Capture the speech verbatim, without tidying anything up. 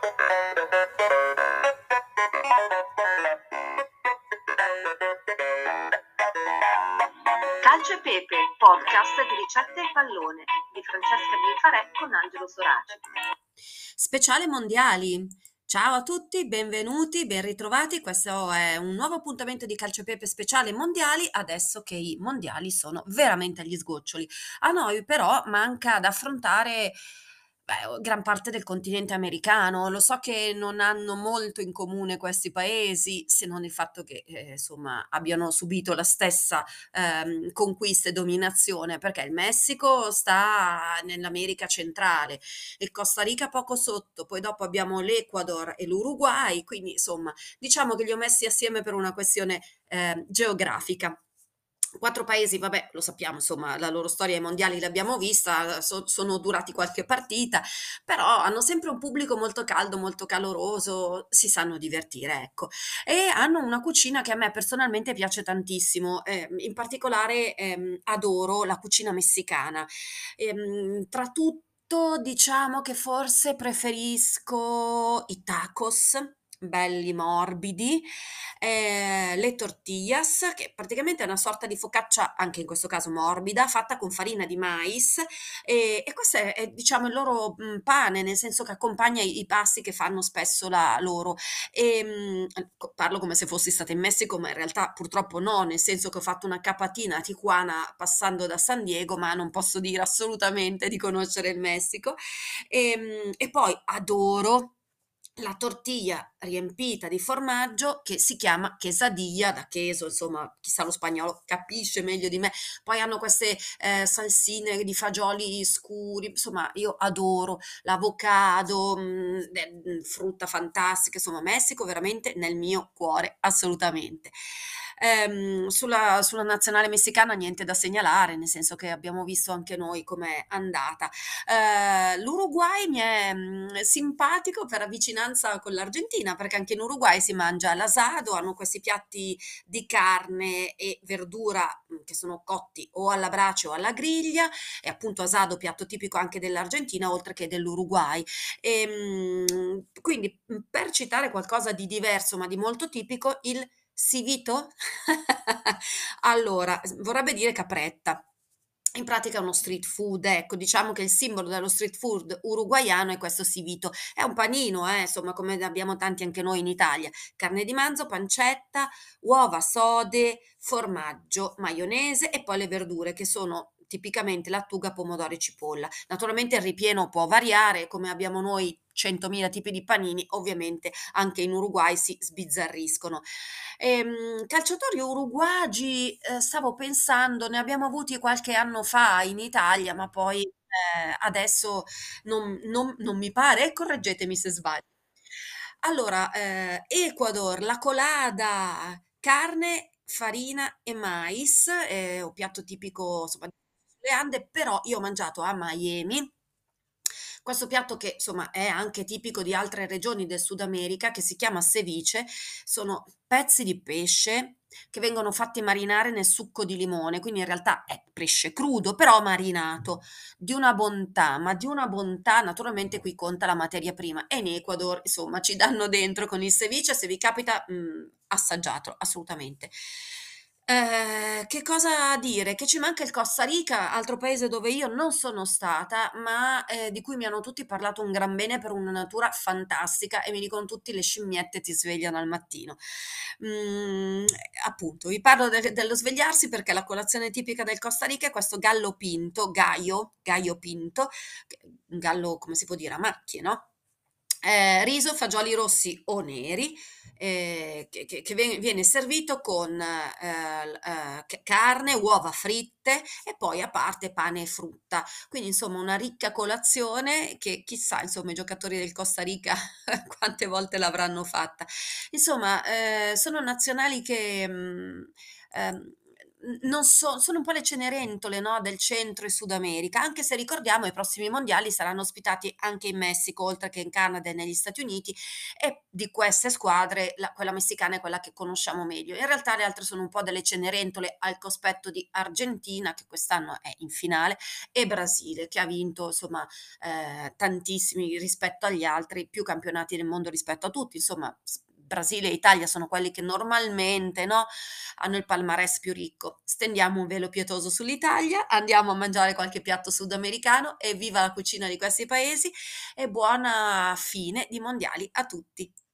Calcio e Pepe, podcast di ricette e pallone di Francesca Bifarè con Angelo Soraci. Speciale mondiali. Ciao a tutti, benvenuti, ben ritrovati. Questo è un nuovo appuntamento di Calcio e Pepe speciale mondiali, adesso che i mondiali sono veramente agli sgoccioli. A noi però manca da affrontare beh, gran parte del continente americano. Lo so che non hanno molto in comune questi paesi, se non il fatto che eh, insomma abbiano subito la stessa ehm, conquista e dominazione, perché il Messico sta nell'America centrale, il Costa Rica poco sotto, poi dopo abbiamo l'Ecuador e l'Uruguay, quindi insomma diciamo che li ho messi assieme per una questione eh, geografica. Quattro paesi, vabbè, lo sappiamo, insomma, la loro storia ai mondiali l'abbiamo vista, so- sono durati qualche partita, però hanno sempre un pubblico molto caldo, molto caloroso, si sanno divertire, ecco. E hanno una cucina che a me personalmente piace tantissimo, eh, in particolare ehm, adoro la cucina messicana. Ehm, tra tutto, diciamo che forse preferisco i tacos, belli morbidi, ehm, le tortillas, che praticamente è una sorta di focaccia, anche in questo caso morbida, fatta con farina di mais, e e questo è è diciamo il loro, mhmm, pane, nel senso che accompagna i i pasti che fanno spesso la loro. Ehm, co Parlo come se fossi stata in Messico, ma in realtà purtroppo no, nel senso che ho fatto una capatina a Tijuana passando da San Diego, ma non posso dire assolutamente di conoscere il Messico. Ehm, e poi adoro la tortiglia riempita di formaggio che si chiama quesadilla, da queso, insomma, chissà lo spagnolo capisce meglio di me. Poi hanno queste eh, salsine di fagioli scuri, insomma, io adoro l'avocado, mh, eh, mh, frutta fantastica, insomma, Messico veramente nel mio cuore, assolutamente. Ehm, sulla, sulla nazionale messicana niente da segnalare, nel senso che abbiamo visto anche noi com'è andata. Eh, L'Uruguay mi è mm, simpatico per la vicinanza con l'Argentina, perché anche in Uruguay si mangia l'asado, hanno questi piatti di carne e verdura mm, che sono cotti o alla brace o alla griglia, e appunto asado, piatto tipico anche dell'Argentina, oltre che dell'Uruguay. E, mm, quindi, mm, per citare qualcosa di diverso, ma di molto tipico, il sivito? Allora, s- vorrebbe dire capretta. In pratica è uno street food, ecco, diciamo che il simbolo dello street food uruguaiano è questo sivito. È un panino, eh, insomma, come ne abbiamo tanti anche noi in Italia. Carne di manzo, pancetta, uova sode, formaggio, maionese e poi le verdure che sono tipicamente lattuga, pomodoro e cipolla. Naturalmente il ripieno può variare, come abbiamo noi centomila tipi di panini, ovviamente anche in Uruguay si sbizzarriscono. Ehm, calciatori uruguagi, ehm, stavo pensando, ne abbiamo avuti qualche anno fa in Italia, ma poi, ehm, adesso non non non mi pare, e correggetemi se sbaglio. Allora, ehm, Ecuador, la colada, carne, farina e mais, ehm, un piatto tipico insomma sulle Ande, però io ho mangiato a Miami questo piatto che insomma è anche tipico di altre regioni del Sud America, che si chiama ceviche, sono pezzi di pesce che vengono fatti marinare nel succo di limone, quindi in realtà è pesce crudo, però marinato, di una bontà, ma di una bontà, naturalmente qui conta la materia prima, e in Ecuador, insomma, ci danno dentro con il ceviche, se vi capita, mh, assaggiatelo, assolutamente. Eh, che cosa dire? Che ci manca il Costa Rica, altro paese dove io non sono stata, ma eh, di cui mi hanno tutti parlato un gran bene per una natura fantastica e mi dicono tutti le scimmiette ti svegliano al mattino. Mm, appunto, vi parlo de- dello svegliarsi perché la colazione tipica del Costa Rica è questo gallo pinto, gaio, gaio pinto, che- un gallo come si può dire a macchie, no? Eh, riso, fagioli rossi o neri, eh, che, che- che viene viene servito con eh, l- eh, ca- carne, uova fritte e poi a parte pane e frutta. Quindi insomma una ricca colazione che chissà, insomma, i giocatori del Costa Rica quante volte l'avranno fatta. Insomma, eh, sono nazionali che mm, ehm, N non so sono un po' le Cenerentole, no, del Centro e Sud America, anche se ricordiamo i prossimi mondiali saranno ospitati anche in Messico, oltre che in Canada e negli Stati Uniti, e di queste squadre la quella messicana è quella che conosciamo meglio. In realtà le altre sono un po' delle Cenerentole al cospetto di Argentina, che quest'anno è in finale, e Brasile, che ha vinto insomma, ehm, tantissimi rispetto agli altri, più campionati del mondo rispetto a tutti. Insomma, s Brasile e Italia sono quelli che normalmente, no, hanno il palmarès più ricco. Stendiamo un velo pietoso sull'Italia, andiamo a mangiare qualche piatto sudamericano e viva la cucina di questi paesi e buona fine di mondiali a tutti.